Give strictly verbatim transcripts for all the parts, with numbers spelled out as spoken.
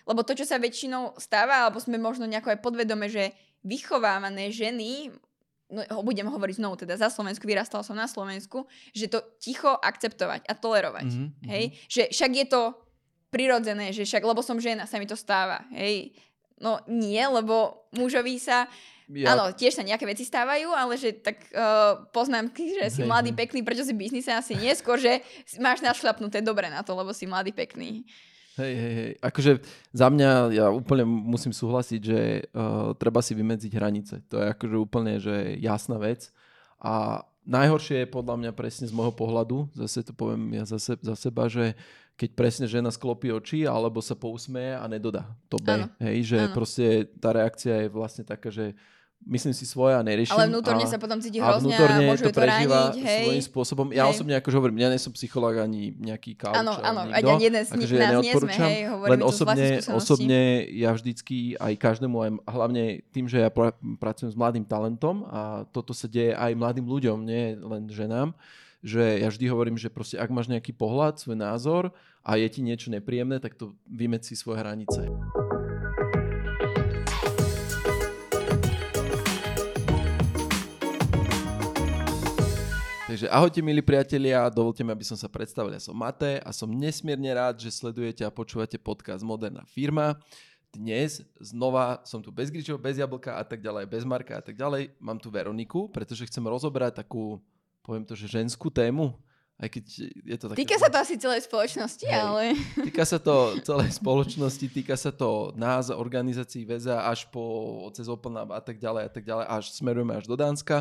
lebo to, čo sa väčšinou stáva, alebo sme možno nejako aj podvedome, že vychovávané ženy, no budem hovoriť znovu, teda za Slovensku, vyrastala som na Slovensku, že to ticho akceptovať a tolerovať. Mm-hmm. Hej? Že však je to prirodzené, že však, lebo som žena, sa mi to stáva. Hej? No nie, lebo mužovi sa... Ja... Áno, tiež sa nejaké veci stávajú, ale že tak uh, poznámky, že si mladý, pekný, prečo si v biznise, asi nie, skôr, že máš našľapnuté dobre na to, lebo si mladý, pekný. Hej, hej, hej. Akože za mňa, ja úplne musím súhlasiť, že uh, treba si vymedziť hranice. To je akože úplne že jasná vec. A najhoršie je podľa mňa presne z môjho pohľadu, zase to poviem ja za, se, za seba, že keď presne žena sklopí oči alebo sa pousmeje a nedodá to B. Áno. Hej, že áno. Proste tá reakcia je vlastne taká, že myslím si svoje a neriešim. Ale vnútorne a, sa potom cíti hrozne a môže to, to rániť. Hej. Svojím spôsobom. Ja hej. osobne akože hovorím, ja nie som psychológ ani nejaký kauč. Áno, áno, ani jeden z akože nás nie sme, hej, hovoríme len osobne, osobne ja vždycky aj každému, aj hlavne tým, že ja pra, pracujem s mladým talentom a toto sa deje aj mladým ľuďom, nie len ženám, že ja vždy hovorím, že proste ak máš nejaký pohľad, svoj názor a je ti niečo nepríjemné, tak to vymeď si svoje hranice. Takže ahojte milí priatelia, dovolte mi, aby som sa predstavil. Ja som Matej a som nesmierne rád, že sledujete a počúvate podcast Moderná firma. Dnes znova som tu bez Gričov, bez Jablka a tak ďalej, bez Marka a tak ďalej. Mám tu Veroniku, pretože chcem rozobrať takú, poviem to, že ženskú tému. Aj keď je to také... Týka sa to asi celej spoločnosti, hej, ale... Týka sa to celej spoločnosti, týka sa to nás, organizácií väza až po cez Open Lab a tak ďalej a tak ďalej, až smerujeme až do Dánska.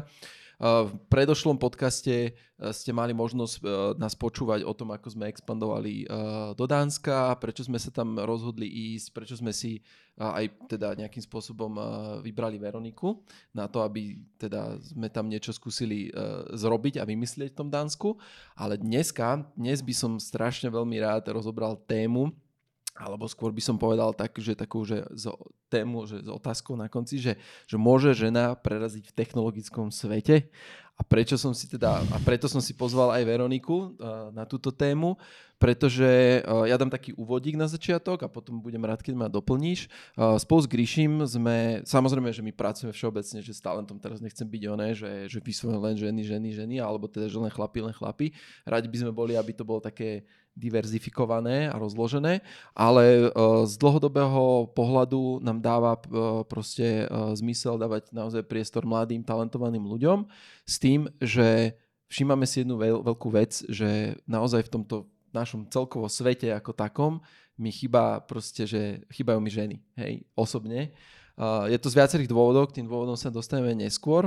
V predošlom podcaste ste mali možnosť nás počúvať o tom, ako sme expandovali do Dánska, prečo sme sa tam rozhodli ísť, prečo sme si aj teda nejakým spôsobom vybrali Veroniku na to, aby teda sme tam niečo skúsili zrobiť a vymyslieť v tom Dánsku. Ale dneska, dnes by som strašne veľmi rád rozobral tému, alebo skôr by som povedal tak, že takú že z tému, že s otázkou na konci, že, že môže žena preraziť v technologickom svete. A prečo som si teda, a preto som si pozval aj Veroniku uh, na túto tému, pretože uh, ja dám taký úvodík na začiatok a potom budem rád, keď ma doplníš. Uh, spolu s Gríšim sme, samozrejme, že my pracujeme všeobecne, že s talentom teraz nechcem byť oné, že, že vyslovene len ženy, ženy, ženy, alebo teda, že len chlapi, len chlapi. Radi by sme boli, aby to bolo také diverzifikované a rozložené, ale uh, z dlhodobého pohľadu nám dáva uh, proste uh, zmysel dávať naozaj priestor mladým, talentovaným ľuďom s tým, že všímame si jednu veľ, veľkú vec, že naozaj v tomto našom celkovo svete ako takom mi chýba proste, že chýbajú mi ženy, hej, osobne. Uh, je to z viacerých dôvodov, k tým dôvodom sa dostaneme neskôr.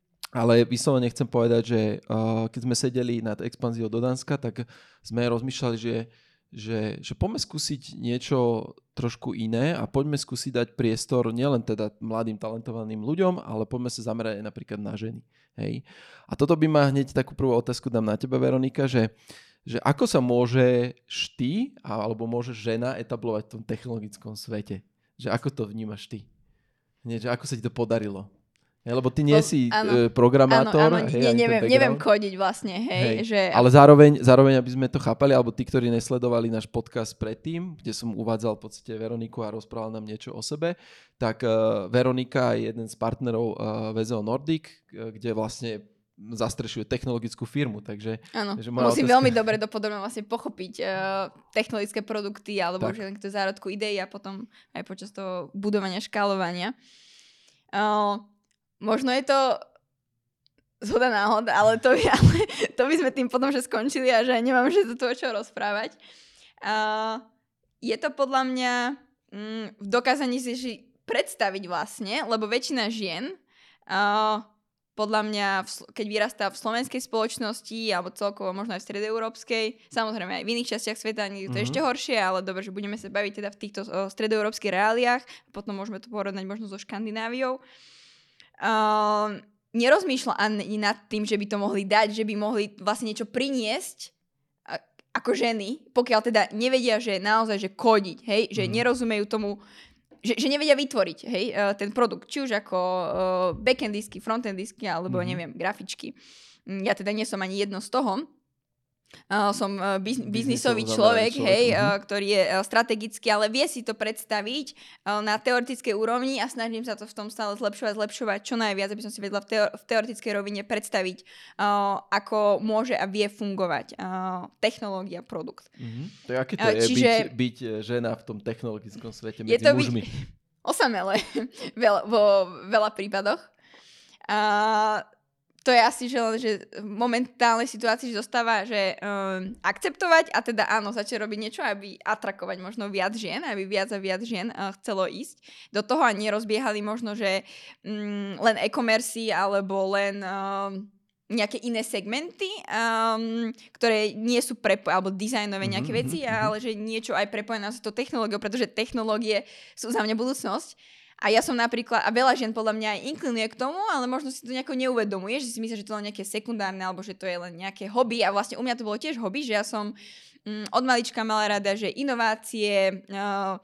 Ale vyslovene chcem povedať, že uh, keď sme sedeli nad expanziou do Dánska, tak sme rozmýšľali, že, že, že poďme skúsiť niečo trošku iné a poďme skúsiť dať priestor nielen teda mladým talentovaným ľuďom, ale poďme sa zamerať aj napríklad na ženy. Hej. A toto by ma hneď takú prvú otázku dám na teba, Veronika, že, že ako sa môžeš ty alebo môže žena etablovať v tom technologickom svete? Že ako to vnímaš ty? Nie, že ako sa ti to podarilo? Ja, lebo ty nie po, si áno, programátor. Áno, áno, hej, ne, neviem, neviem kodiť vlastne. Hej, hej. Že... Ale zároveň, zároveň, aby sme to chápali, alebo tí, ktorí nesledovali náš podcast predtým, kde som uvádzal v podstate Veroniku a rozprával nám niečo o sebe, tak uh, Veronika je jeden z partnerov uh, vé zet ó Nordic, uh, kde vlastne zastrešuje technologickú firmu. Takže, áno, takže musím otázka... veľmi dobre dopodrobne vlastne pochopiť uh, technologické produkty alebo už len k zárodku ideí a potom aj počas toho budovania, škálovania. Uh, Možno je to zhoda náhod, ale to, by, ale to by sme tým potom že skončili a že nemám že to o čo rozprávať. Uh, je to podľa mňa mm, v dokázaní si predstaviť vlastne, lebo väčšina žien uh, podľa mňa, v, keď vyrastá v slovenskej spoločnosti alebo celkovo možno aj v stredoeurópskej, samozrejme aj v iných častiach sveta, nie je to mm-hmm. ešte horšie, ale dobre, že budeme sa baviť teda v týchto uh, stredoeurópskych reáliách, potom môžeme to porovnať možno so Škandináviou. Uh, nerozmýšľa ani nad tým, že by to mohli dať, že by mohli vlastne niečo priniesť uh, ako ženy, pokiaľ teda nevedia, že naozaj, že kodiť, hej, že mm. nerozumejú tomu, že, že nevedia vytvoriť, hej, uh, ten produkt, či už ako uh, backendisky, frontendisky, alebo mm. neviem, grafičky. Ja teda nie som ani jedno z toho. Uh, som uh, biz, biznisový človek, človek, hej, uh-huh. uh, ktorý je uh, strategický, ale vie si to predstaviť uh, na teoretickej úrovni a snažím sa to v tom stále zlepšovať, zlepšovať čo najviac, aby som si vedela v, teo- v teoretickej rovine predstaviť, uh, ako môže a vie fungovať uh, technológia, produkt. Uh-huh. To je, aké to uh, je čiže... byť, byť žena v tom technologickom svete medzi mužmi? Byť osamele veľa, vo veľa prípadoch. Uh, To je asi, že, že v momentálnej situácii že zostáva, že um, akceptovať a teda áno, začať robiť niečo, aby atrakovať možno viac žien, aby viac a viac žien uh, chcelo ísť do toho a nerozbiehali možno, že um, len e-commerce alebo len um, nejaké iné segmenty, um, ktoré nie sú prepojené, alebo dizajnové nejaké mm-hmm, veci, mm-hmm. ale že niečo aj prepojené s tou technológiou, pretože technológie sú za mňa budúcnosť. A ja som napríklad, a veľa žien podľa mňa aj inklinuje k tomu, ale možno si to nejako neuvedomuje, že si myslí, že to je len nejaké sekundárne, alebo že to je len nejaké hobby. A vlastne u mňa to bolo tiež hobby, že ja som mm, od malička mala rada, že inovácie, uh,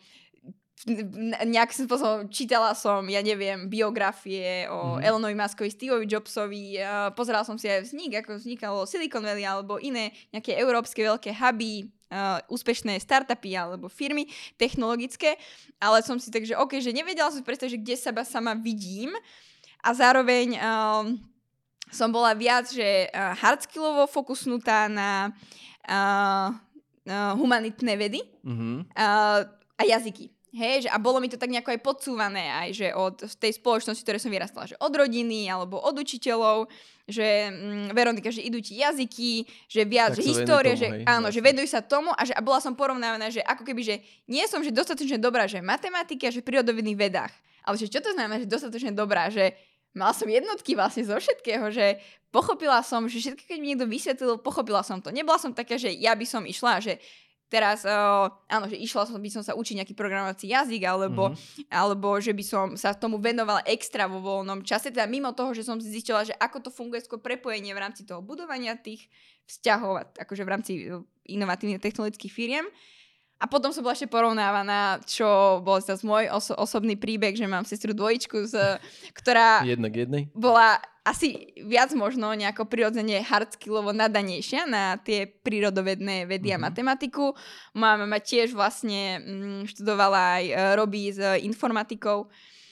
nejakým spôsobom čítala som, ja neviem, biografie o mm-hmm. Elonovi Muskovi, Steveovi Jobsovi, uh, pozerala som si aj vznik, ako vznikalo Silicon Valley alebo iné nejaké európske veľké huby, Uh, úspešné startupy alebo firmy technologické, ale som si tak, že OK, že nevedela som predstaviť, že kde seba sama vidím a zároveň um, som bola viac, že uh, hardskillovo fokusnutá na uh, uh, humanitné vedy mm-hmm. uh, a jazyky. Hej, že a bolo mi to tak nejako aj podsúvané aj, že od tej spoločnosti, ktoré som vyrastala, že od rodiny alebo od učiteľov, že mm, Veronika, že idú ti jazyky, že viac, tak že história, tomu, že hej, áno, jasne. Že veduj sa tomu a že a bola som porovnávaná, že ako keby, že nie som že dostatočne dobrá, že matematika, že v prírodovedných vedách. Ale že čo to znamená, že dostatočne dobrá, že mala som jednotky vlastne zo všetkého, že pochopila som, že všetko, keď mi niekto vysvetlil, pochopila som to. Nebola som taká, že ja by som išla, že teraz, uh, áno, že išla som, by som sa učiť nejaký programovací jazyk, alebo, mm-hmm. alebo že by som sa tomu venovala extra vo voľnom čase, teda mimo toho, že som zistila, že ako to funguje skôr prepojenie v rámci toho budovania tých vzťahov, akože v rámci inovatívnych technologických firiem. A potom som bola ešte porovnávaná, čo bol zase môj oso- osobný príbeh, že mám sestru dvojičku, z, ktorá Jednak jednej. bola asi viac možno nejako prirodzene hardskillovo nadanejšia na tie prírodovedné vedy mm-hmm. a matematiku. Moja mama tiež vlastne mm, študovala aj, robí s informatikou.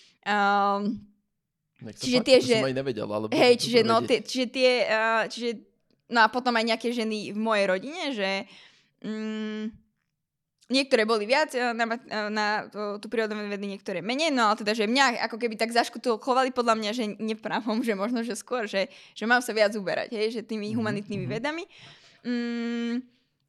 Um, čiže tie, že... To som aj nevedela. Ale hej, čiže, no, tie, čiže tie... Uh, čiže, no a potom aj nejaké ženy v mojej rodine, že... Mm, niektoré boli viac na, na tú, tú prírodovednú vedy, niektoré menej, no ale teda, že mňa ako keby tak zaškutulkovali podľa mňa, že nepravom, že možno, že skôr, že, že mám sa viac uberať, hej, že tými humanitnými mm-hmm. vedami. Mm,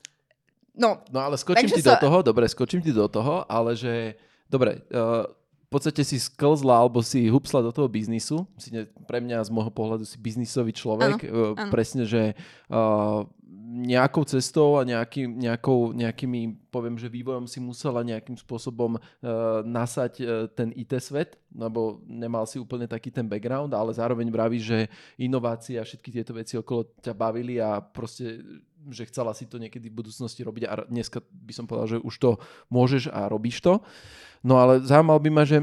no, no ale skočím ti sa... do toho, dobre, skočím ti do toho, ale že, dobre, uh, v podstate si sklzla alebo si hupsla do toho biznisu, si ne, pre mňa z môjho pohľadu si biznisový človek, ano, uh, ano. Presne, že uh, nejakou cestou a nejaký, nejakou, nejakými, poviem, že vývojom si musela nejakým spôsobom uh, nasať uh, ten í té svet, lebo nemal si úplne taký ten background, ale zároveň vravíš, že inovácie a všetky tieto veci okolo ťa bavili a proste, že chcela si to niekedy v budúcnosti robiť a dneska by som povedal, že už to môžeš a robíš to. No ale zaujímal by ma, že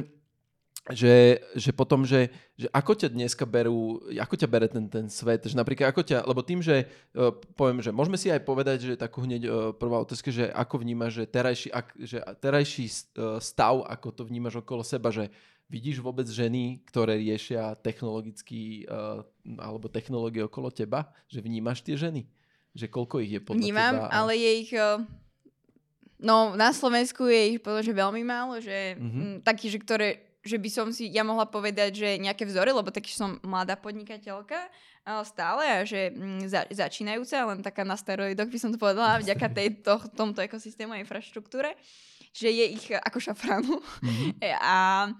Že, že potom, že, že ako ťa dneska berú, ako ťa bere ten, ten svet, že napríklad ako ťa, lebo tým, že uh, poviem, že môžeme si aj povedať, že takú hneď uh, prvá otázka, že ako vnímaš, že terajší, ak, že terajší uh, stav, ako to vnímaš okolo seba, že vidíš vôbec ženy, ktoré riešia technologický uh, alebo technológie okolo teba, že vnímaš tie ženy? Že koľko ich je podľa Vnímam, teba? ale je ich... Uh... No, na Slovensku je ich podľa, že veľmi málo, že mm-hmm. takí, že ktoré že by som si ja mohla povedať, že nejaké vzory, lebo taký som mladá podnikateľka stále a že mm, za, začínajúca, len taká na steroidoch by som to povedala, vďaka tejto, tomto ekosystému a infraštruktúre, že je ich ako šafránu. Mm-hmm. A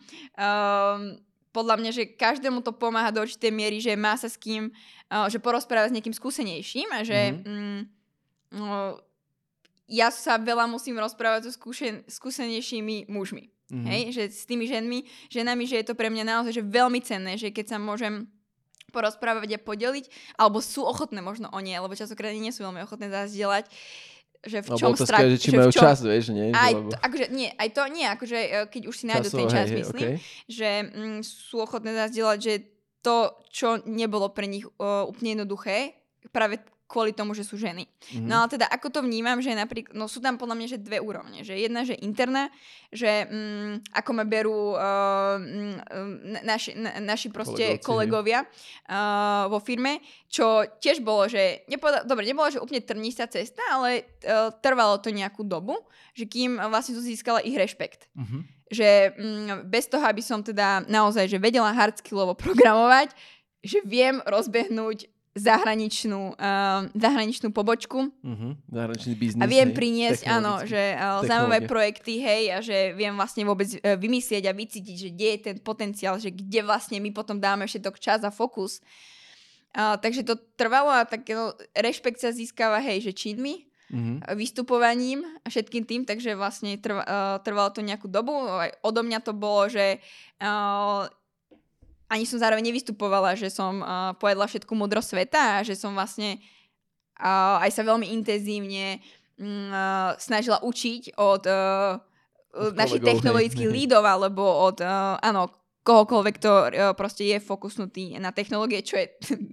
um, podľa mňa, že každému to pomáha do určitej miery, že má sa s kým, uh, že porozprávať s niekým skúsenejším a že mm-hmm. mm, uh, ja sa veľa musím rozprávať so skúšen- skúsenejšími mužmi. Mm-hmm. Hej, že s tými ženmi, ženami, že je to pre mňa naozaj že veľmi cenné, že keď sa môžem porozprávať a podeliť, alebo sú ochotné možno o nie, lebo častokrát nie sú veľmi ochotné zazdieľať, že v čom strach... Alebo či majú čom... čas, vieš, nie? Aj lebo... to, akože, nie, aj to nie, akože keď už si nájdu ten čas, hej, myslím, okay. že mm, sú ochotné zazdieľať, že to, čo nebolo pre nich uh, úplne jednoduché, práve kvôli tomu, že sú ženy. Mm-hmm. No ale teda ako to vnímam, že napríklad, no sú tam podľa mňa, že dve úrovne. Že jedna, že interná, že mm, ako ma berú uh, mm, naši, na, naši proste Kolegovci, kolegovia uh, vo firme, čo tiež bolo, že nepovedal, dobre, nebolo, že úplne trnistá cesta, ale uh, trvalo to nejakú dobu, že kým vlastne som získala ich rešpekt. Mm-hmm. Že mm, bez toho, aby som teda naozaj, že vedela hardskillovo programovať, že viem rozbehnúť zahraničnú, uh, zahraničnú pobočku. Uh-huh. Zahraničný biznis. A viem hej, priniesť, áno, že uh, zaujímavé projekty, hej, a že viem vlastne vôbec uh, vymyslieť a vycítiť, že kde je ten potenciál, že kde vlastne my potom dáme všetok čas a fokus. Uh, takže to trvalo a tak no, rešpekt sa získava, hej, že činmi, uh-huh. vystupovaním a všetkým tým, takže vlastne trv, uh, trvalo to nejakú dobu. Aj odo mňa to bolo, že uh, ani som zároveň nevystupovala, že som uh, pojedla všetku múdrosť sveta a že som vlastne uh, aj sa veľmi intenzívne um, uh, snažila učiť od, uh, od našich technologických lídov alebo od, uh, áno, kohokoľvek, kto uh, proste je fokusnutý na technológie, čo je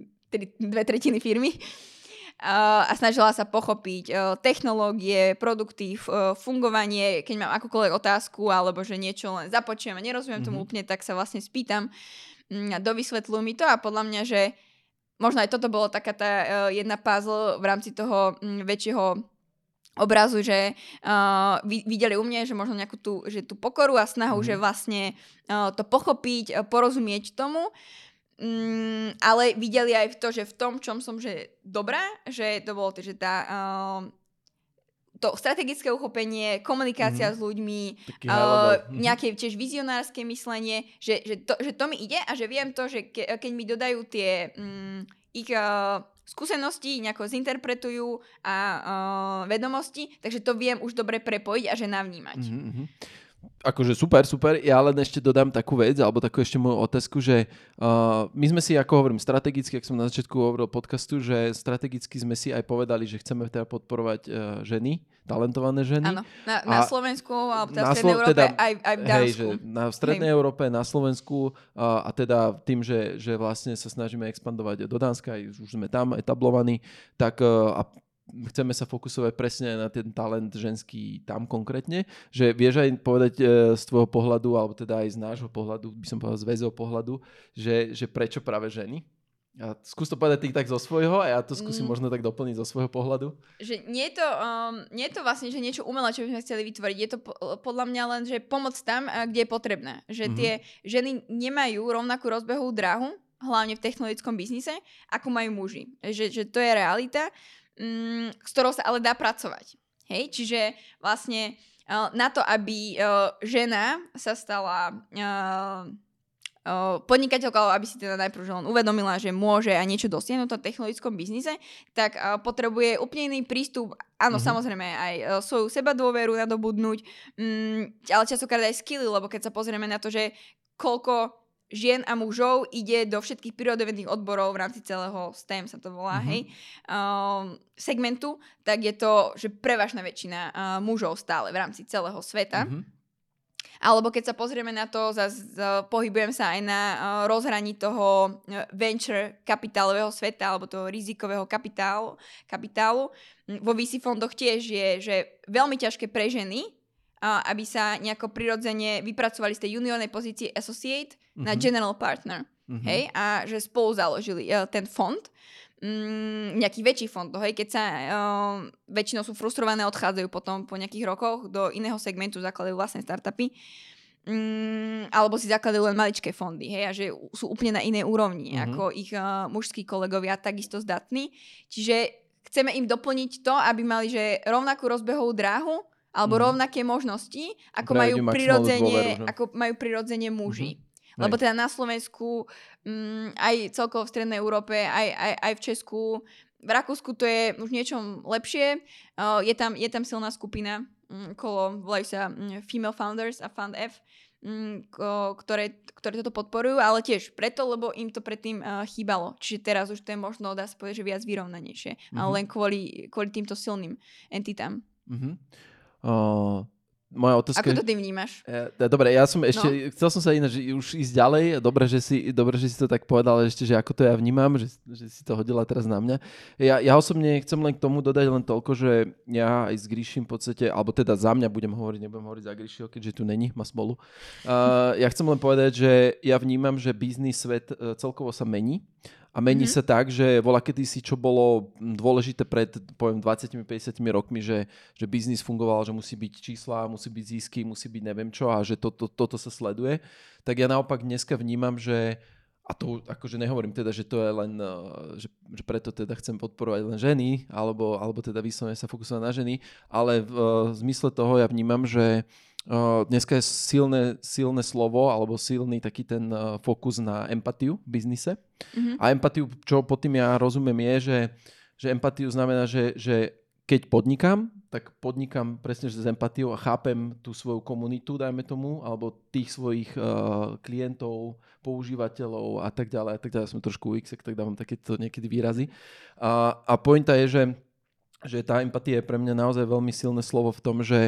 dve tretiny firmy. Uh, a snažila sa pochopiť uh, technológie, produkty, f- uh, fungovanie, keď mám akúkoľvek otázku alebo že niečo len započujem a nerozumiem mm-hmm. tomu úplne, tak sa vlastne spýtam a dovysvetľujú mi to a podľa mňa, že možno aj toto bolo taká tá uh, jedna puzzle v rámci toho um, väčšieho obrazu, že uh, videli u mne, že možno nejakú tú, že tú pokoru a snahu, mm. že vlastne uh, to pochopiť, uh, porozumieť tomu, um, ale videli aj to, že v tom, čom som že dobrá, že to bolo to, že tá uh, to strategické uchopenie, komunikácia mm-hmm. s ľuďmi, uh, nejaké tiež vizionárske myslenie, že, že, to, že to mi ide a že viem to, že ke, keď mi dodajú tie um, ich uh, skúsenosti, nejako zinterpretujú a uh, vedomosti, takže to viem už dobre prepojiť a že navnímať. Mm-hmm. Akože super, super. Ja len ešte dodám takú vec, alebo takú ešte moju otázku, že uh, my sme si, ako hovorím, strategicky, ak som na začiatku hovoril podcastu, že strategicky sme si aj povedali, že chceme teda podporovať uh, ženy, talentované ženy. Áno, na, na Slovensku, alebo teda v Strednej Európe, teda, aj, aj v Dánsku. Hej, že na Strednej hej. Európe, na Slovensku uh, a teda tým, že, že vlastne sa snažíme expandovať do Dánska, už sme tam etablovaní, tak uh, a chceme sa fokusovať presne na ten talent ženský tam konkrétne, že vieš aj povedať e, z tvojho pohľadu, alebo teda aj z nášho pohľadu, by som povedal z väzov pohľadu, že, že prečo práve ženy? A skús to povedať ty tak zo svojho a ja to skúsim mm. možno tak doplniť zo svojho pohľadu. Že nie je to, um, nie je to vlastne že niečo umelé, čo by sme chceli vytvoriť. Je to po, podľa mňa len, že pomoc tam, kde je potrebné. Že mm-hmm. tie ženy nemajú rovnakú rozbehovú dráhu, hlavne v technologickom biznise, ako majú muži. Že, že to je realita, um, s ktorou sa ale dá pracovať. Hej? Čiže vlastne uh, na to, aby uh, žena sa stala... Uh, podnikateľka, aby si teda najprv len uvedomila, že môže aj niečo dosiahnuť v technologickom biznise, tak uh, potrebuje úplne iný prístup. Áno, mm-hmm. samozrejme aj uh, svoju sebadôveru nadobudnúť, um, ale častokrát aj skilly, lebo keď sa pozrieme na to, že koľko žien a mužov ide do všetkých prírodovedných odborov v rámci celého S T E M sa to volá, mm-hmm. hej, um, segmentu, tak je to, že prevažná väčšina uh, mužov stále v rámci celého sveta. Mm-hmm. Alebo keď sa pozrieme na to, zase uh, pohybujem sa aj na uh, rozhraní toho uh, venture kapitálového sveta alebo toho rizikového kapitálu. kapitálu. Vo vé cé fondoch tiež je že veľmi ťažké pre ženy, uh, aby sa nejako prirodzene vypracovali z tej juniornej pozície associate mm-hmm. na general partner. Mm-hmm. Hej? A že spolu založili uh, ten fond. Mm, nejakých väčších fondov, hej, keď sa uh, väčšinou sú frustrované, odchádzajú potom po nejakých rokoch do iného segmentu, zakladajú vlastné startupy, mm, alebo si zakladajú len maličké fondy, hej, a že sú úplne na inej úrovni, mm-hmm. ako ich uh, mužskí kolegovia, takisto zdatní. Čiže chceme im doplniť to, aby mali že rovnakú rozbehovú dráhu, alebo mm-hmm. rovnaké možnosti, ako majú prirodzene, dôveru, ako majú prirodzene muži. Mm-hmm. Lebo teda na Slovensku, um, aj celkovo v Strednej Európe, aj, aj, aj v Česku, v Rakúsku to je už niečom lepšie. Uh, je, tam, je tam silná skupina, um, kolo, volajú sa um, Female Founders a Fund F, um, ko, ktoré, ktoré toto podporujú, ale tiež preto, lebo im to predtým uh, chýbalo. Čiže teraz už to je možno, dá sa povedať, že viac vyrovnanejšie. Mm-hmm. Ale len kvôli, kvôli týmto silným entitám. Mm-hmm. Uh... moja otázka... Ako to ty vnímaš? E, dobre, ja som ešte, no. chcel som sa ináč už ísť ďalej, dobre že, si, dobre, že si to tak povedal, ešte, že ako to ja vnímam, že, že si to hodila teraz na mňa. Ja, ja osobne chcem len k tomu dodať len toľko, že ja aj s Gríšim v podstate, alebo teda za mňa budem hovoriť, nebudem hovoriť za Gríšiho, keďže tu není, má smolu. Uh, ja chcem len povedať, že ja vnímam, že biznis svet uh, celkovo sa mení. A mení mm-hmm. sa tak, že voľa kedysi, čo bolo dôležité pred, poviem, dvadsiatimi päťdesiatimi rokmi, že, že biznis fungoval, že musí byť čísla, musí byť zisky, musí byť neviem čo a že to, to, toto sa sleduje. Tak ja naopak dneska vnímam, že, a to akože nehovorím teda, že to je len, že, že preto teda chcem podporovať len ženy, alebo, alebo teda vyslovene sa fokusovať na ženy, ale v, v zmysle toho ja vnímam, že Uh, dneska je silné, silné slovo alebo silný taký ten uh, fokus na empatiu v biznise. Mm-hmm. A empatiu, čo pod tým ja rozumiem je, že, že empatiu znamená, že, že keď podnikám, tak podnikám presne že s empatiou a chápem tú svoju komunitu, dajme tomu, alebo tých svojich uh, klientov, používateľov a tak ďalej. A tak ďalej. Som trošku ú iks, tak dávam takéto niekedy výrazy. A, a pointa je, že, že tá empatia je pre mňa naozaj veľmi silné slovo v tom, že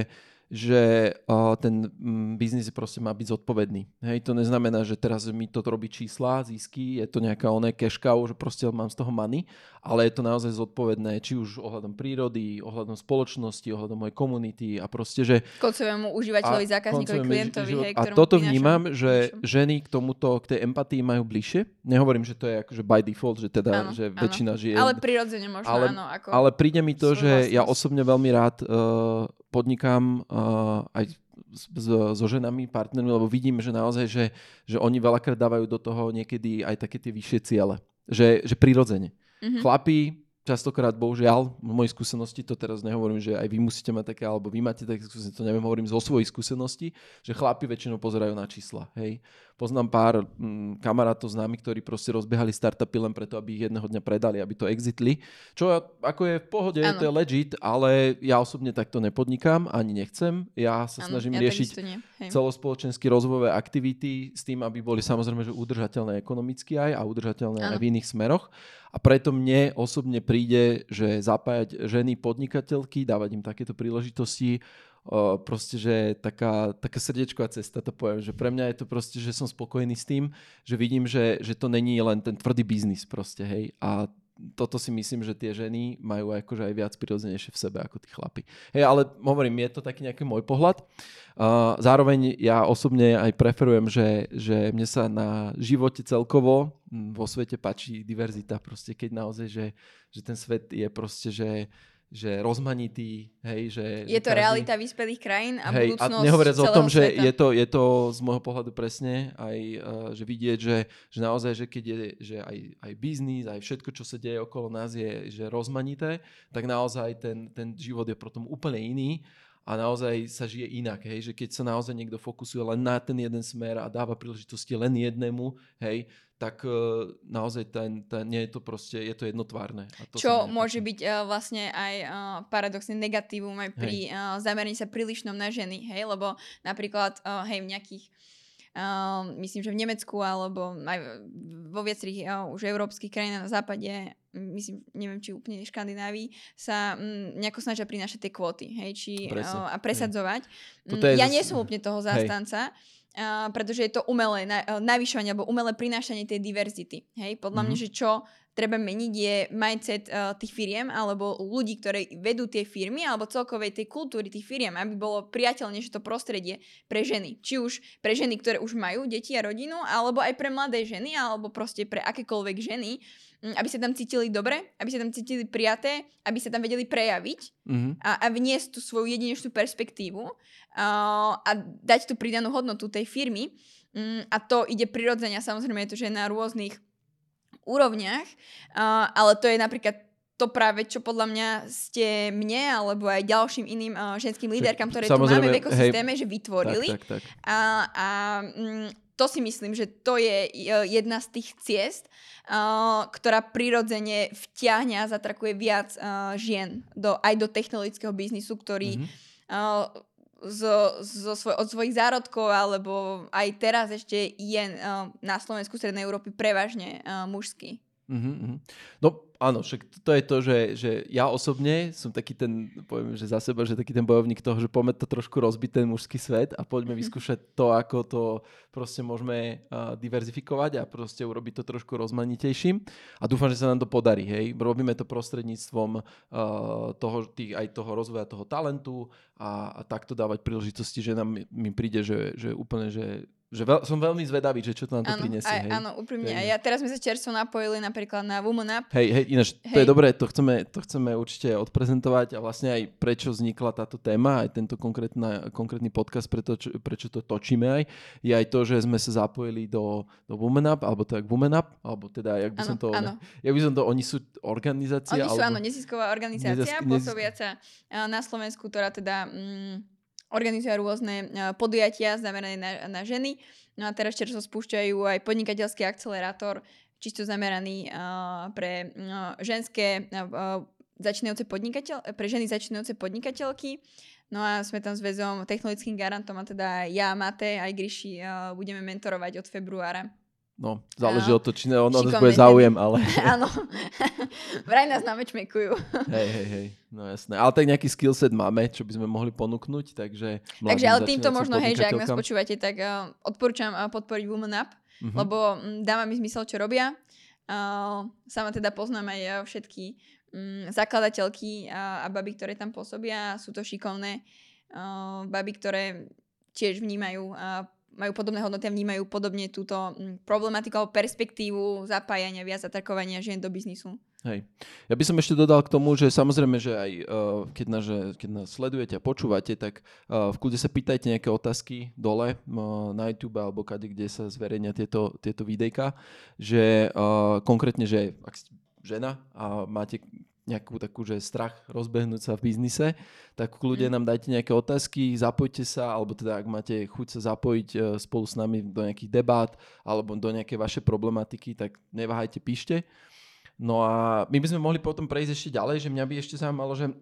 že uh, ten um, biznis proste má byť zodpovedný. Hej, to neznamená, že teraz mi to robí čísla, zisky, je to nejaká oné cash cow, že proste mám z toho money, ale je to naozaj zodpovedné, či už ohľadom prírody, ohľadom spoločnosti, ohľadom mojej komunity a proste, že... Koncovému užívateľovi, zákazníkovi, klientovi, hej, a toto vnímam, že vyššom. Ženy k tomuto, k tej empatii majú bližšie. Nehovorím, že to je akože by default, že teda, áno, že áno. väčšina žije... Ale prirodzene možno, ale, áno. Ako ale príde mi to, že vlastnosť. Ja osobne veľmi rád uh, podnikám uh, aj so, so ženami, partnermi, lebo vidím, že naozaj, že, že oni veľakrát dávajú do toho niekedy aj také tie vyššie ciele. Že, že prirodzene. Mm-hmm. Chlapi častokrát, bohužiaľ, v mojej skúsenosti, to teraz nehovorím, že aj vy musíte mať také, alebo vy máte také skúsenosti, to neviem, hovorím zo svojich skúseností, že chlapi väčšinou pozerajú na čísla. Hej. Poznám pár mm, kamarátov známych, ktorí proste rozbiehali startupy len preto, aby ich jedného dňa predali, aby to exitli. Čo ako je v pohode, ano. To je legit, ale ja osobne takto nepodnikám, ani nechcem. Ja sa ano, snažím ja riešiť celospoločenské rozvojové aktivity s tým, aby boli samozrejme že udržateľné ekonomicky aj a udržateľné ano. Aj v iných smeroch. A preto mne osobne príde, že zapájať ženy podnikateľky, dávať im takéto príležitosti, O, proste, že taká, taká srdiečková cesta, to poviem, že pre mňa je to proste, že som spokojný s tým, že vidím, že, že to není len ten tvrdý biznis proste, hej, a toto si myslím, že tie ženy majú akože aj viac prirodzenejšie v sebe ako tí chlapi. Hej, ale hovorím, je to taký nejaký môj pohľad. Uh, zároveň ja osobne aj preferujem, že, že mne sa na živote celkovo vo svete páči diverzita, proste keď naozaj, že, že ten svet je proste, že že rozmanitý, hej, že... Je to každý... realita vyspelých krajín a hej, budúcnosť celého sveta. A nehovoriac o tom, že sveta. je to, je to z môjho pohľadu presne aj, uh, že vidieť, že, že naozaj, že keď je že aj, aj biznis, aj všetko, čo sa deje okolo nás je že rozmanité, tak naozaj ten, ten život je potom úplne iný a naozaj sa žije inak, hej, že keď sa naozaj niekto fokusuje len na ten jeden smer a dáva príležitosti len jednému, hej, tak uh, naozaj ten, ten, nie je to proste, je to jednotvárne. A to čo môže byť uh, vlastne aj uh, paradoxne negatívum aj pri uh, zameraní sa prílišnom na ženy, hej, lebo napríklad, uh, hej, v nejakých uh, myslím, že v Nemecku alebo aj vo viacerých uh, už európskych krajinách na západe, myslím, neviem, či úplne v Škandinávii, sa um, nejako snažia prinášať tie kvóty, hej, či, uh, a presadzovať. Um, ja nie som úplne toho zástanca, Uh, pretože je to umelé na, uh, navyšovanie alebo umelé prinášanie tej diverzity. Hej? Podľa mm-hmm. mňa, že čo treba meniť je mindset uh, tých firiem alebo ľudí, ktorí vedú tie firmy alebo celkovej tej kultúry tých firiem, aby bolo priateľnejšie to prostredie pre ženy. Či už pre ženy, ktoré už majú deti a rodinu, alebo aj pre mladé ženy, alebo proste pre akékoľvek ženy, aby sa tam cítili dobre, aby sa tam cítili prijaté, aby sa tam vedeli prejaviť mm-hmm. a, a vniesť tú svoju jedinečnú perspektívu uh, a dať tú pridanú hodnotu tej firmy. Um, a to ide prirodzene, samozrejme je to, že na rôznych úrovniach, uh, ale to je napríklad to práve, čo podľa mňa ste mne, alebo aj ďalším iným uh, ženským líderkám, ktoré tu máme v ekosystéme, hej, že vytvorili. Tak, tak, tak. A, a um, to si myslím, že to je jedna z tých ciest, uh, ktorá prirodzene vtiahne a zatrakuje viac uh, žien do, aj do technologického biznisu, ktorý mm-hmm. uh, zo, zo svoj, od svojich zárodkov alebo aj teraz ešte je uh, na Slovensku, Strednej Európy prevažne uh, mužský. Uh-huh. No áno, však to je to, že, že ja osobne som taký ten, poviem, že za seba, že taký ten bojovník toho, že poďme to trošku rozbiť ten mužský svet a poďme vyskúšať to, ako to proste môžeme uh, diverzifikovať a proste urobiť to trošku rozmanitejším a dúfam, že sa nám to podarí, hej. Robíme to prostredníctvom uh, toho, tých, aj toho rozvoja toho talentu a, a takto dávať príležitosti, že nám mi príde, že, že úplne, že že veľ, som veľmi zvedavý, že čo to nám to prinesie. Aj, áno, úprimne. A ja teraz sme sa čerstvo napojili napríklad na Woman Up. Hej, hej, ináč, hej. To je dobré, to chceme, to chceme určite odprezentovať a vlastne aj prečo vznikla táto téma, aj tento konkrétny podcast, preto, čo, prečo to točíme aj, je aj to, že sme sa zapojili do, do Woman Up, alebo tak Woman Up, alebo teda, jak by ano, som to... Áno. Jak by som to, oni sú organizácia? Oni sú, alebo... áno, nezisková organizácia, nezisk... pôsobiaca na Slovensku, ktorá teda... Mm, organizuje rôzne podujatia zamerané na, na ženy. No a teraz čerstvo spúšťajú aj podnikateľský akcelerátor, čisto zameraný uh, pre uh, ženské uh, začínajúce podnikateľ, pre ženy začínajúce podnikateľky. No a sme tam s väzom technologickým garantom a teda ja, Mate, aj Gríši uh, budeme mentorovať od februára. No, záleží no, od toho, či ono nás šikovné bude záujem, ale... Áno, vraj nás namečmekujú. Hej, hej, hej, no jasné. Ale tak nejaký skillset máme, čo by sme mohli ponúknuť, takže... Takže ale týmto možno, hej, že ak nás počúvate, tak uh, odporúčam uh, podporiť Woman Up, uh-huh. lebo um, dáva mi zmysel, čo robia. Uh, sama teda poznám aj uh, všetky um, zakladateľky a, a baby, ktoré tam pôsobia. Sú to šikovné uh, baby, ktoré tiež vnímajú uh, majú podobné hodnoty a vnímajú podobne túto problematiku alebo perspektívu zapájania, viac atrakovania žien do biznisu. Hej. Ja by som ešte dodal k tomu, že samozrejme, že aj uh, keď, nás, keď nás sledujete a počúvate, tak uh, v kľude sa pýtajte nejaké otázky dole uh, na YouTube alebo kade, kde sa zverejnia tieto, tieto videjka, že uh, konkrétne, že ak ste žena a máte nejakú takú, že strach rozbehnúť sa v biznise, tak v kľude mm. nám dajte nejaké otázky, zapojte sa, alebo teda ak máte chuť sa zapojiť spolu s nami do nejakých debát alebo do nejakej vašej problematiky, tak neváhajte, píšte. No a my by sme mohli potom prejsť ešte ďalej, že mňa by ešte zaujímalo, že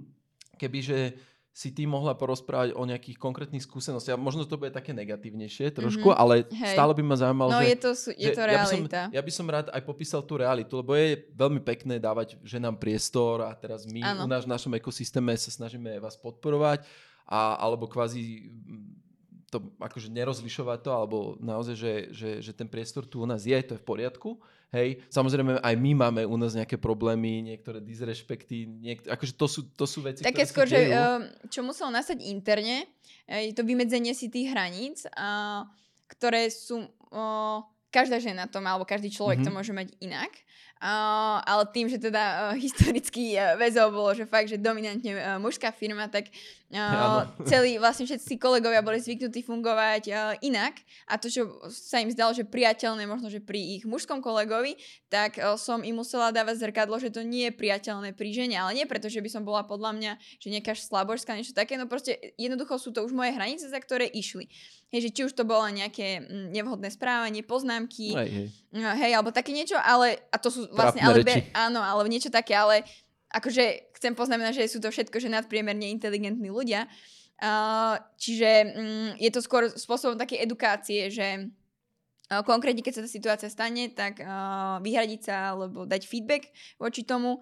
kebyže si ty mohla porozprávať o nejakých konkrétnych skúsenostiach. Možno to bude také negatívnejšie trošku, mm-hmm. ale Hej. stále by ma zaujímalo, no, že... je to, je to realita. Ja by, som, ja by som rád aj popísal tú realitu, lebo je veľmi pekné dávať ženám priestor a teraz my ano. u nás v našom ekosystéme sa snažíme vás podporovať a, alebo kvázi to akože nerozlišovať to, alebo naozaj, že, že, že ten priestor tu u nás je, to je v poriadku. Hej, samozrejme aj my máme u nás nejaké problémy, niektoré disrešpekty, niek- akože to sú, to sú veci, také ktoré skôr, sa dejú. že čo muselo nastať interne, je to vymedzenie si tých hraníc, a, ktoré sú, o, každá žena to má, alebo každý človek mm-hmm. to môže mať inak. Uh, ale tým, že teda uh, historicky uh, väzov bolo, že fakt, že dominantne uh, mužská firma, tak uh, celí, vlastne všetci kolegovia boli zvyknutí fungovať uh, inak a to, čo sa im zdalo, že priateľné možno, že pri ich mužskom kolegovi, tak uh, som im musela dávať zrkadlo, že to nie je priateľné pri žene, ale nie preto, že by som bola podľa mňa, že nejaká slabožská, niečo také, no proste jednoducho sú to už moje hranice, za ktoré išli. Hej, že či už to bolo nejaké nevhodné správanie, poznámky, hej, hej. hej, alebo také niečo, ale, a to sú vlastne, ale be, áno, ale niečo také, ale akože chcem poznamenať, že sú to všetko, že nadpriemerne inteligentní ľudia. Uh, čiže um, je to skôr spôsobom takej edukácie, že uh, konkrétne, keď sa tá situácia stane, tak uh, vyhradiť sa alebo dať feedback voči tomu,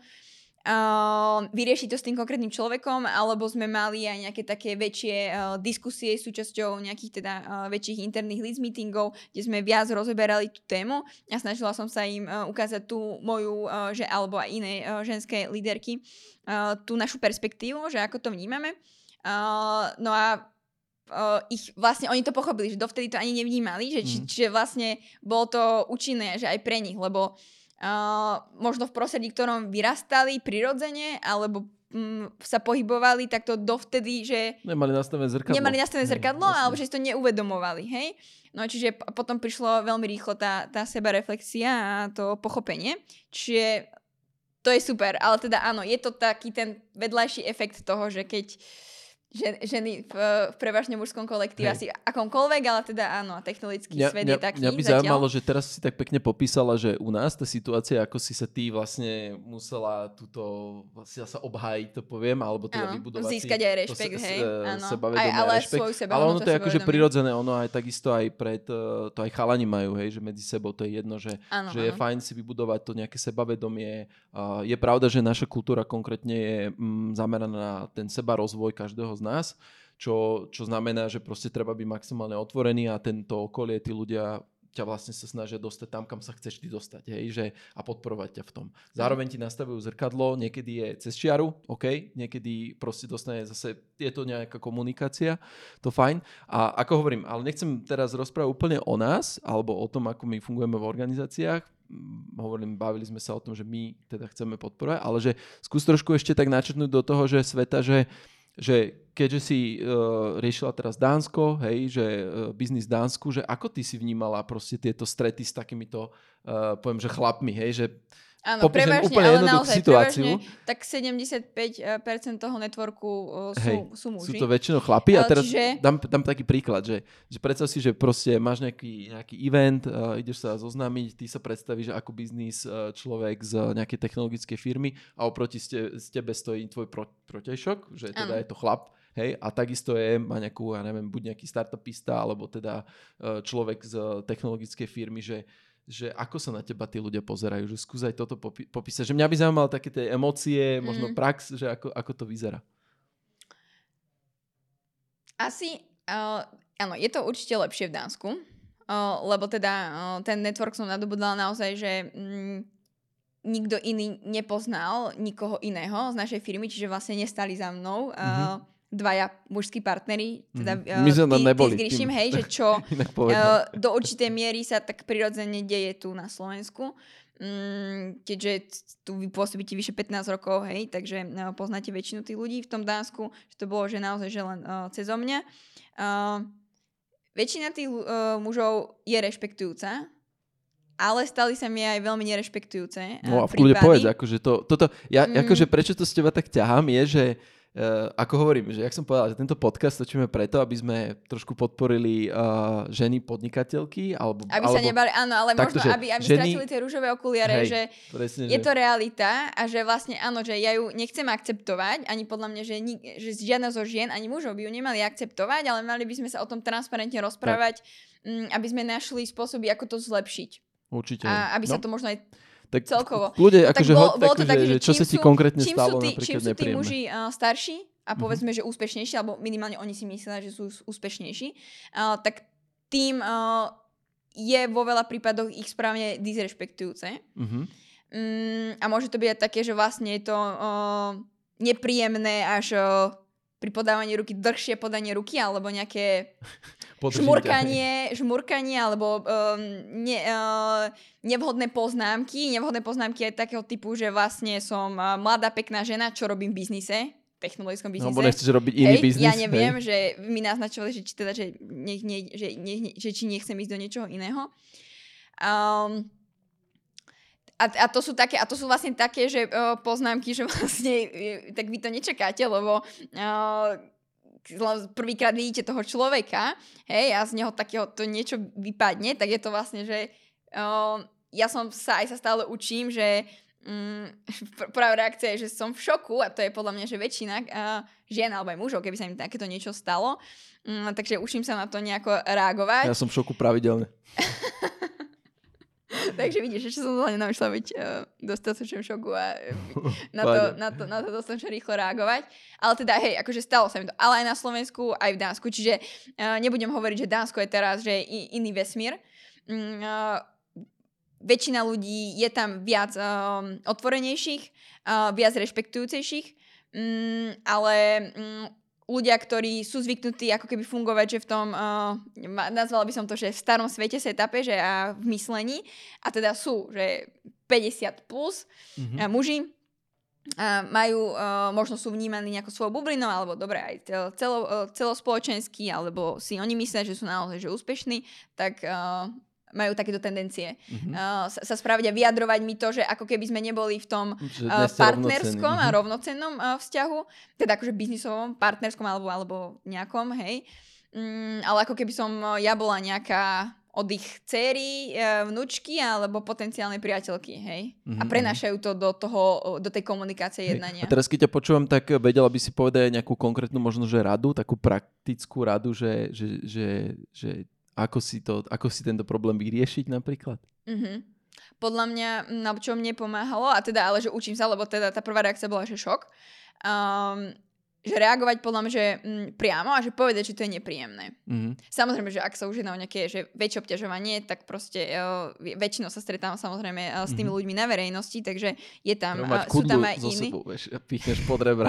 Uh, vyriešiť to s tým konkrétnym človekom, alebo sme mali aj nejaké také väčšie uh, diskusie súčasťou nejakých teda uh, väčších interných leads meetingov, kde sme viac rozoberali tú tému a snažila som sa im uh, ukázať tú moju, uh, že, alebo aj iné uh, ženské líderky, uh, tú našu perspektívu, že ako to vnímame. Uh, no a Uh, ich vlastne, oni to pochopili, že dovtedy to ani nevnímali, že, mm. či, čiže vlastne bolo to účinné, že aj pre nich, lebo uh, možno v prostredí, ktorom vyrastali prirodzene, alebo um, sa pohybovali, tak to dovtedy, že nemali nastavené zrkadlo, nemali nastavené zrkadlo hej, alebo že si to neuvedomovali, hej. No čiže p- potom prišlo veľmi rýchlo tá, tá sebareflexia a to pochopenie, čiže to je super, ale teda áno, je to taký ten vedľajší efekt toho, že keď žen, ženy v, v prevažne mužskom kolektíve asi akomkoľvek, ale teda áno, technologický mňa, svet mňa, je taký mňa by zatiaľ. zaujímalo, že teraz si tak pekne popísala, že u nás tá situácia, ako si sa ty vlastne musela túto vlastne sa obhájiť, to poviem, alebo teda áno, vybudovať získať si aj rešpekt, hej, áno. sebavedomie aj, ale a rešpekt. Svoj Ale ono to je akože sebavedomie. prirodzené, ono aj takisto aj pred, to aj chalani majú, hej, že medzi sebou to je jedno, že, áno, že áno. je fajn si vybudovať to nejaké sebavedomie. Uh, je pravda, že naša kultúra konkrétne je mm, zameraná na ten sebarozvoj každého z nás, čo, čo znamená, že proste treba byť maximálne otvorený a tento okolie, tí ľudia ťa vlastne sa snažia dostať tam, kam sa chceš ty dostať, hej, že, a podporovať ťa v tom. Zároveň ti nastavujú zrkadlo, niekedy je cez čiaru, OK, niekedy proste dostane zase, je to nejaká komunikácia, to fajn. A ako hovorím, ale nechcem teraz rozprávať úplne o nás, alebo o tom, ako my fungujeme v organizáciách, hovorím, bavili sme sa o tom, že my teda chceme podporovať, ale že skús trošku ešte tak načrtnúť do toho, že sveta, že že keďže si uh, riešila teraz Dánsko, hej, že uh, biznis Dánsku, že ako ty si vnímala proste tieto strety s takýmito, uh, poviem, že chlapmi, hej, že áno, prevažne, úplne ale jednoduchú naozaj, situáciu. Prevažne, tak sedemdesiatpäť percent toho networku uh, sú, hej, sú muži. Sú to väčšinou chlapi a teraz Čiže... dám, dám taký príklad, že, že predstav si, že proste máš nejaký, nejaký event, uh, ideš sa zoznámiť, ty sa predstavíš ako biznis uh, človek z nejakej technologickej firmy a oproti ste, z tebe stojí tvoj pro, protejšok, že teda ano. Je to chlap. Hej, a takisto je, má nejakú, ja neviem, buď nejaký startupista, alebo teda uh, človek z technologickej firmy, že že ako sa na teba tí ľudia pozerajú, že skús aj toto popi- popísať. Že mňa by zaujímalo také tie emócie, možno mm. prax, že ako, ako to vyzerá. Asi, uh, áno, je to určite lepšie v Dánsku, uh, lebo teda uh, ten network som nadobudla naozaj, že mm, nikto iný nepoznal nikoho iného z našej firmy, čiže vlastne nestali za mnou. Uh, mm-hmm. Dvaja mužskí partneri, teda mm. My sme tam neboli. Tým, hej, že čo uh, do určitej miery sa tak prirodzene deje tu na Slovensku, um, keďže tu vy pôsobíte vyše pätnásť rokov, hej, takže uh, poznáte väčšinu tých ľudí v tom Dánsku, že to bolo, že naozaj, že len uh, cezo mňa. Uh, väčšina tých uh, mužov je rešpektujúca, ale stali sa mi aj veľmi nerešpektujúce uh, no a v prípady. kľude povedz, akože to, toto, ja, mm. akože prečo to z teba tak ťahám, je, že Uh, ako hovorím, že jak som povedal, že tento podcast točíme preto, aby sme trošku podporili uh, ženy podnikateľky, alebo... Aby alebo, sa nebali, áno, ale takto, možno, aby, aby ženy, stratili tie rúžové okuliare, hej, že presne, je že... to realita a že vlastne áno, že ja ju nechcem akceptovať, ani podľa mňa, že, ni, že žiadna zo žien, ani mužov by ju nemali akceptovať, ale mali by sme sa o tom transparentne rozprávať, m, aby sme našli spôsoby, ako to zlepšiť. Určite. A aby no. sa to možno aj tak celkovo. Ľudia, no, akože bol, hoď, bolo to akože, také, že čo sa ti konkrétne stalo tí, napríklad čím sú tí nepríjemné. muži uh, starší a povedzme, mm-hmm. že úspešnejší, alebo minimálne oni si myslia, že sú úspešnejší, uh, tak tým uh, je vo veľa prípadoch ich správne disrešpektujúce. Mm-hmm. Um, a môže to byť také, že vlastne je to uh, nepríjemné až uh, pri podávaní ruky, dlhšie podanie ruky, alebo nejaké žmurkanie, žmurkanie, alebo um, ne, uh, nevhodné poznámky. Nevhodné poznámky aj takého typu, že vlastne som uh, mladá, pekná žena, čo robím v biznise, v technologickom biznise. No, bo nechceš robiť iný hej, biznis. Ja neviem, hej. že mi naznačovali, že či, teda, že, nech, ne, že, ne, že či nechcem ísť do niečoho iného. Um, A, a to sú také, a to sú vlastne také, že uh, poznámky, že vlastne uh, tak vy to nečakáte, lebo uh, prvýkrát vidíte toho človeka, hej, a z neho takého to niečo vypadne, tak je to vlastne, že uh, ja som sa aj sa stále učím, že um, práve reakcia je, že som v šoku, a to je podľa mňa, že väčšina uh, žien alebo aj mužov, keby sa im takéto niečo stalo, um, takže učím sa na to nejako reagovať. Ja som v šoku pravidelne. Takže vidíš, že som sa nenamýšľala byť uh, dostatočne v šoku a uh, na, to, na, to, na to dostatočne rýchlo reagovať. Ale teda, hej, akože stalo sa mi to. Ale aj na Slovensku, aj v Dánsku. Čiže uh, nebudem hovoriť, že Dánsko je teraz že je iný vesmír. Uh, väčšina ľudí je tam viac um, otvorenejších, uh, viac rešpektujúcejších, um, ale um, ľudia, ktorí sú zvyknutí ako keby fungovať, že v tom, uh, nazvala by som to, že v starom svete setupe, že a v myslení, a teda sú, že päťdesiat plus mm-hmm. uh, muži uh, majú, uh, možno sú vnímaní nejako svojou bublinou, alebo dobre aj celo, uh, celospoločenský, alebo si oni myslia, že sú naozaj že úspešní, tak uh, majú takéto tendencie. Mm-hmm. Uh, sa, sa spraviť a vyjadrovať mi to, že ako keby sme neboli v tom uh, partnerskom a rovnocennom uh, vzťahu, teda akože biznisovom, partnerskom alebo, alebo nejakom, hej. Um, ale ako keby som ja bola nejaká od ich dcery, vnúčky alebo potenciálnej priateľky, hej? Mm-hmm. A prenášajú to do toho, do tej komunikácie jednania. A teraz, keď ťa počúvam, tak vedela by si povedať nejakú konkrétnu možno, že radu, takú praktickú radu, že, že, že, že ako, si to, ako si tento problém vyriešiť napríklad? Mm-hmm. Podľa mňa, na čo mne pomáhalo, a teda, ale že učím sa, lebo teda tá prvá reakcia bola, že šok, um, že reagovať podľa mňa, že mm, priamo a že povedať, že to je nepríjemné. Mm-hmm. Samozrejme, že ak sa už jedná o nejaké že väčšie obťažovanie, tak proste uh, väčšinou sa stretávam samozrejme uh, s tými mm-hmm. ľuďmi na verejnosti, takže je tam, uh, sú tam aj iní. Sebou, vieš, pichneš pod rebra.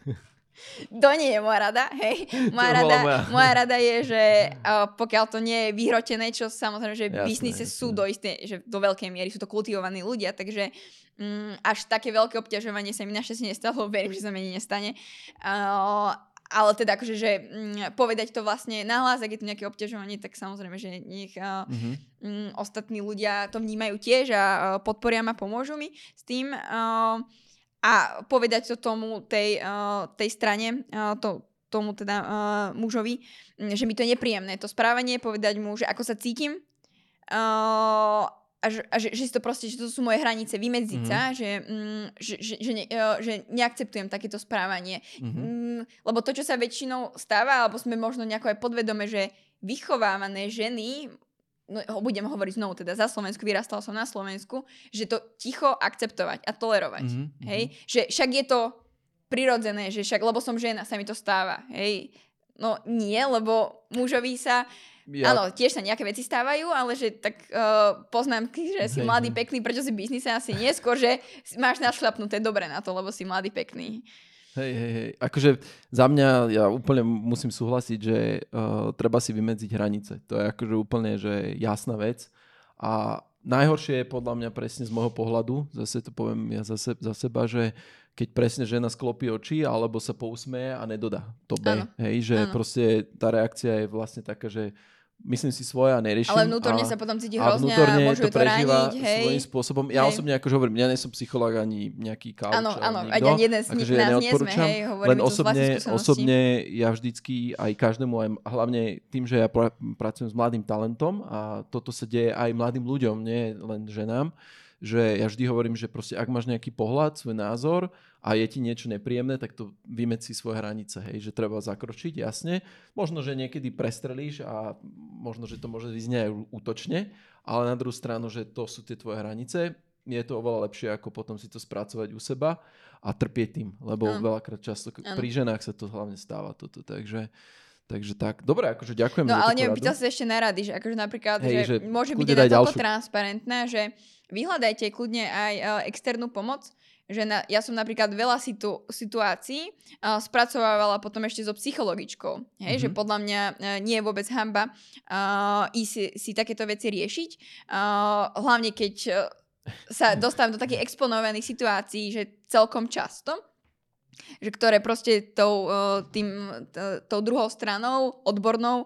To nie je moja rada, hej. Moja, rada, moja. moja rada je, že uh, pokiaľ to nie je vyhrotené, čo samozrejme, že v biznise sú do isté, že do veľkej miery sú to kultivovaní ľudia, takže um, až také veľké obťažovanie sa mi našťastie nestalo, verím, že sa mi nestane. Uh, ale teda akože, že um, povedať to vlastne nahlas, ak je to nejaké obťažovanie, tak samozrejme, že nech uh, mm-hmm. um, ostatní ľudia to vnímajú tiež a uh, podporia ma, pomôžu mi s tým. Uh, A povedať to tomu, tej, uh, tej strane, uh, to, tomu teda uh, mužovi, že mi to je nepríjemné, to správanie, povedať mu, že ako sa cítim uh, a, že, a že, že si to proste, že to sú moje hranice, vymedziť mm-hmm. sa, že, mm, že, že, že, ne, uh, že neakceptujem takéto správanie. Mm-hmm. Mm, lebo to, čo sa väčšinou stáva, alebo sme možno nejako aj podvedome, že vychovávané ženy, no, budem hovoriť znovu, teda za Slovensku, vyrastala som na Slovensku, že to ticho akceptovať a tolerovať. Mm-hmm. Hej? Že však je to prirodzené, že však, lebo som žena, sa mi to stáva. Hej? No nie, lebo mužovi sa, ja... áno, tiež sa nejaké veci stávajú, ale že tak uh, poznámky, že si hej, mladý, hej. pekný, prečo si v biznise, asi neskôr, že máš našľapnuté dobre na to, lebo si mladý, pekný. Hej, hej, hej. Akože za mňa, ja úplne musím súhlasiť, že uh, treba si vymedziť hranice. To je akože úplne že jasná vec. A najhoršie je podľa mňa presne z môjho pohľadu, zase to poviem ja za, se, za seba, že keď presne žena sklopí oči alebo sa pousmeje a nedodá to B. Ano. Hej, že ano. Proste tá reakcia je vlastne taká, že myslím si svoje a neriešim. Ale vnútorne a, sa potom cíti hrozne a môžu to, to rániť. Hej. Svojím spôsobom. Ja hej. osobne akože hovorím, ja nie som psychológ ani nejaký kauč. Áno, áno, aj jeden z nich akože nás ja nie sme, hej, hovoríme len osobne, osobne ja vždycky aj každému, aj hlavne tým, že ja pra, pracujem s mladým talentom a toto sa deje aj mladým ľuďom, nie len ženám, že ja vždy hovorím, že proste ak máš nejaký pohľad, svoj názor a je ti niečo nepríjemné, tak to vymeď si svoje hranice, hej, že treba zakročiť, jasne. Možno, že niekedy prestrelíš a možno, že to môže vyznieť aj útočne, ale na druhú stranu, že to sú tie tvoje hranice, je to oveľa lepšie, ako potom si to spracovať u seba a trpieť tým, lebo ano. veľakrát často ano. pri ženách sa to hlavne stáva toto, takže Takže tak, dobre, akože ďakujem no, za ale neviem, pýtal sa ešte na rady, že akože napríklad, hej, že, že môže byť jedna toľko transparentná, že vyhľadajte kľudne aj uh, externú pomoc, že na, ja som napríklad veľa situ, situácií uh, spracovávala potom ešte so psychologičkou, hej, mm-hmm. že podľa mňa uh, nie je vôbec hanba uh, ísť si, si takéto veci riešiť, uh, hlavne keď uh, sa dostávam do takých exponovaných situácií, že celkom často, že ktoré proste tou, tým, tou druhou stranou, odbornou,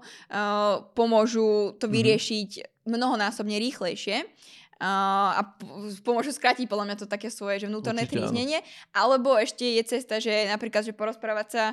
pomôžu to vyriešiť mm-hmm. mnohonásobne rýchlejšie a pomôžu skrátiť podľa mňa to také svoje, že vnútorné tríznenie. Alebo ešte je cesta, že napríklad, že porozprávať sa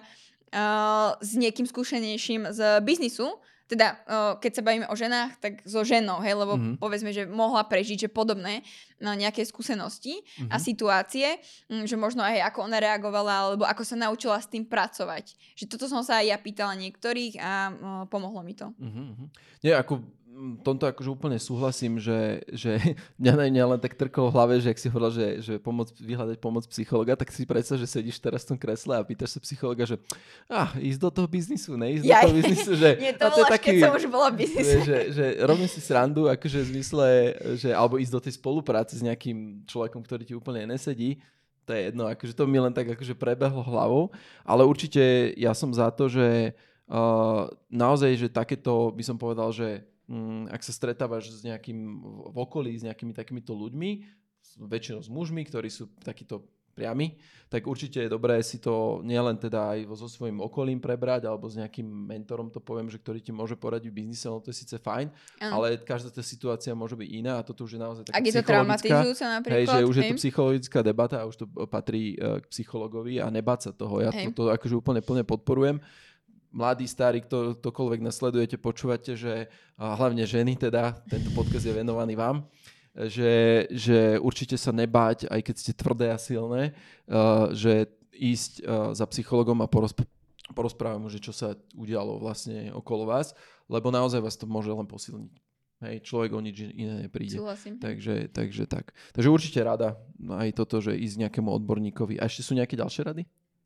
s niekým skúsenejším z biznisu, teda, keď sa bavíme o ženách, tak so ženou, hej, lebo mm-hmm. povedzme, že mohla prežiť, že podobné na nejaké skúsenosti mm-hmm. a situácie, že možno aj ako ona reagovala, alebo ako sa naučila s tým pracovať. Že toto som sa aj ja pýtala niektorých a uh, pomohlo mi to. Mm-hmm. Nie, ako tomto akože úplne súhlasím, že, že mňa na mňa len tak trklo v hlave, že ak si hovoril, že, že pomoc, vyhľadať pomoc psychologa, tak si predstav, že sedíš teraz v tom kresle a pýtaš sa psychologa, že ah, ísť do toho biznisu, neísť Jaj. do toho biznisu, že... Nie, to bolo, keď som už bola v biznise. Že, že robím si srandu, akože v zmysle, že alebo ísť do tej spolupráce s nejakým človekom, ktorý ti úplne nesedí, to je jedno, akože to mi len tak akože prebehlo hlavou, ale určite ja som za to, že uh, naozaj, že takéto by som povedal, že ak sa stretávaš s nejakým v okolí, s nejakými takýmito ľuďmi, väčšinou s mužmi, ktorí sú takíto priamy, tak určite je dobré si to nielen teda aj so svojím okolím prebrať, alebo s nejakým mentorom to poviem, že ktorý ti môže poradiť v biznise, no to je síce fajn, ano. Ale každá tá situácia môže byť iná a toto už je naozaj taká psychologická. Ak je to traumatizujúca napríklad. Hej, že už hej. je to psychologická debata a už to patrí uh, k psychologovi a nebáť sa toho. Ja to, to akože úplne plne podporujem. Mladí, starí, kto, ktokoľvek nasledujete, počúvate, že a hlavne ženy teda, tento podcast je venovaný vám, Že, že určite sa nebáť, aj keď ste tvrdé a silné, uh, že ísť uh, za psychologom a porozp- porozprávať mu, že čo sa udialo vlastne okolo vás, lebo naozaj vás to môže len posilniť. Hej, človek o nič iné nepríde. Súhlasím. Takže, takže tak. Takže určite rada aj toto, že ísť nejakému odborníkovi. A ešte sú nejaké ďalšie rady?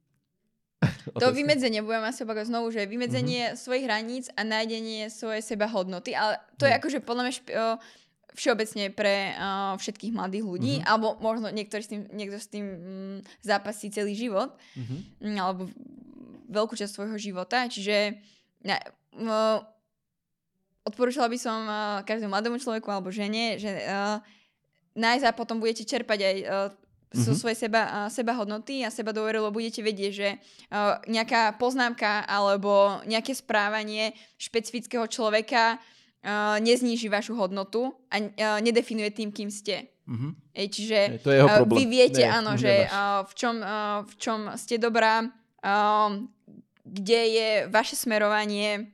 To vymedzenie, budem asi opakovať znovu, že vymedzenie uh-huh. svojich hraníc a nájdenie svojej seba hodnoty, ale to uh-huh. je akože podľa mňa špe- všeobecne pre uh, všetkých mladých ľudí, uh-huh. alebo možno niektorí s tým, niekto s tým um, zápasí celý život, uh-huh. um, alebo veľkú časť svojho života. Čiže ne, uh, odporúčala by som uh, každému mladému človeku alebo žene, že uh, nájsť a potom budete čerpať aj uh, zo uh-huh. svojej seba, uh, seba hodnoty a seba dôveru, lebo budete vedieť, že uh, nejaká poznámka alebo nejaké správanie špecifického človeka Uh, nezníži vašu hodnotu a uh, nedefinuje tým, kým ste. Uh-huh. Ej, čiže Ej, to je jeho problém. Uh, vy viete, Nie, áno, že uh, v, čom, uh, v čom ste dobrá, uh, kde je vaše smerovanie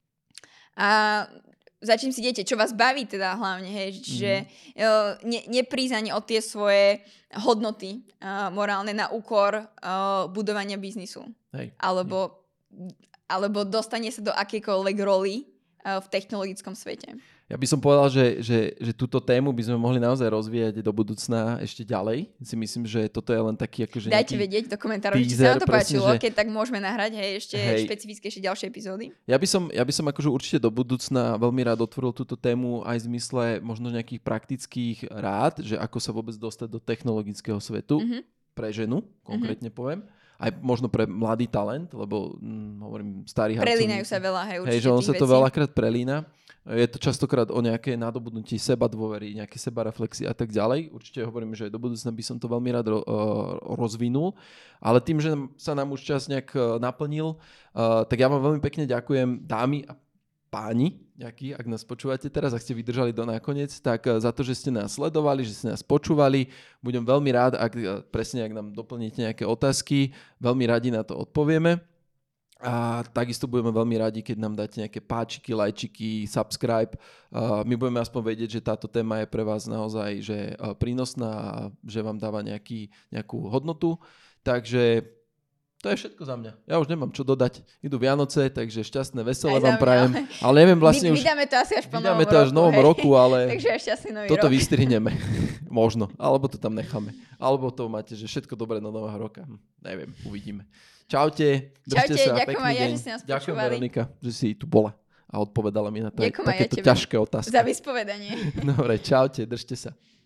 a za čím si idete, čo vás baví teda hlavne. Hej, čiže uh-huh. uh, ne, neprísť ani o tie svoje hodnoty uh, morálne na úkor uh, budovania biznisu. Hej. Alebo, alebo dostanie sa do akejkoľvek roli v technologickom svete. Ja by som povedal, že, že, že túto tému by sme mohli naozaj rozvíjať do budúcna ešte ďalej. Si myslím, že toto je len taký akože Dajte vedieť do komentárov, či sa vám to páčilo, že... keď tak môžeme nahrať hej, ešte hej. špecifickejšie ďalšie epizódy. Ja by som, ja by som akože určite do budúcna veľmi rád otvoril túto tému aj v zmysle možno nejakých praktických rád, že ako sa vôbec dostať do technologického svetu mm-hmm. pre ženu, konkrétne mm-hmm. poviem. Aj možno pre mladý talent, lebo hm, hovorím, starý harcovníci. Prelínajú sa veľa, hej, určite hej, že on sa to vecí. veľakrát prelína. Je to častokrát o nejaké nadobudnutí seba dôvery, nejaké sebareflexie a tak ďalej. Určite hovorím, že do budúcna by som to veľmi rád ro- rozvinul. Ale tým, že sa nám už čas nejak naplnil, uh, tak ja vám veľmi pekne ďakujem, dámy a páni, nejaký, ak nás počúvate teraz, ak ste vydržali do nakoniec, tak za to, že ste nás sledovali, že ste nás počúvali. Budem veľmi rád, ak presne, ak nám doplníte nejaké otázky, veľmi radi na to odpovieme. A takisto budeme veľmi radi, keď nám dáte nejaké páčiky, lajčiky, subscribe. My budeme aspoň vedieť, že táto téma je pre vás naozaj že prínosná a že vám dáva nejaký, nejakú hodnotu. Takže to je všetko za mňa. Ja už nemám čo dodať. Idú Vianoce, takže šťastné, veselé vám prajem. Ale... ale neviem vlastne Vy, už... Vydáme to asi až po Vydáme novom to až v novom roku, ale... takže až šťastný nový toto rok. vystrihneme. Možno. Alebo to tam necháme. Alebo to máte, že všetko dobré do nového roka. Hm, neviem, uvidíme. Čaute. Držte Čaute, sa. ďakujem aj ja, že si nás počúvali. Ďakujem, Veronika, že si tu bola a odpovedala mi na to, takéto ja ťažké otázky. za vyspovedanie. Dobre, čaute, držte sa.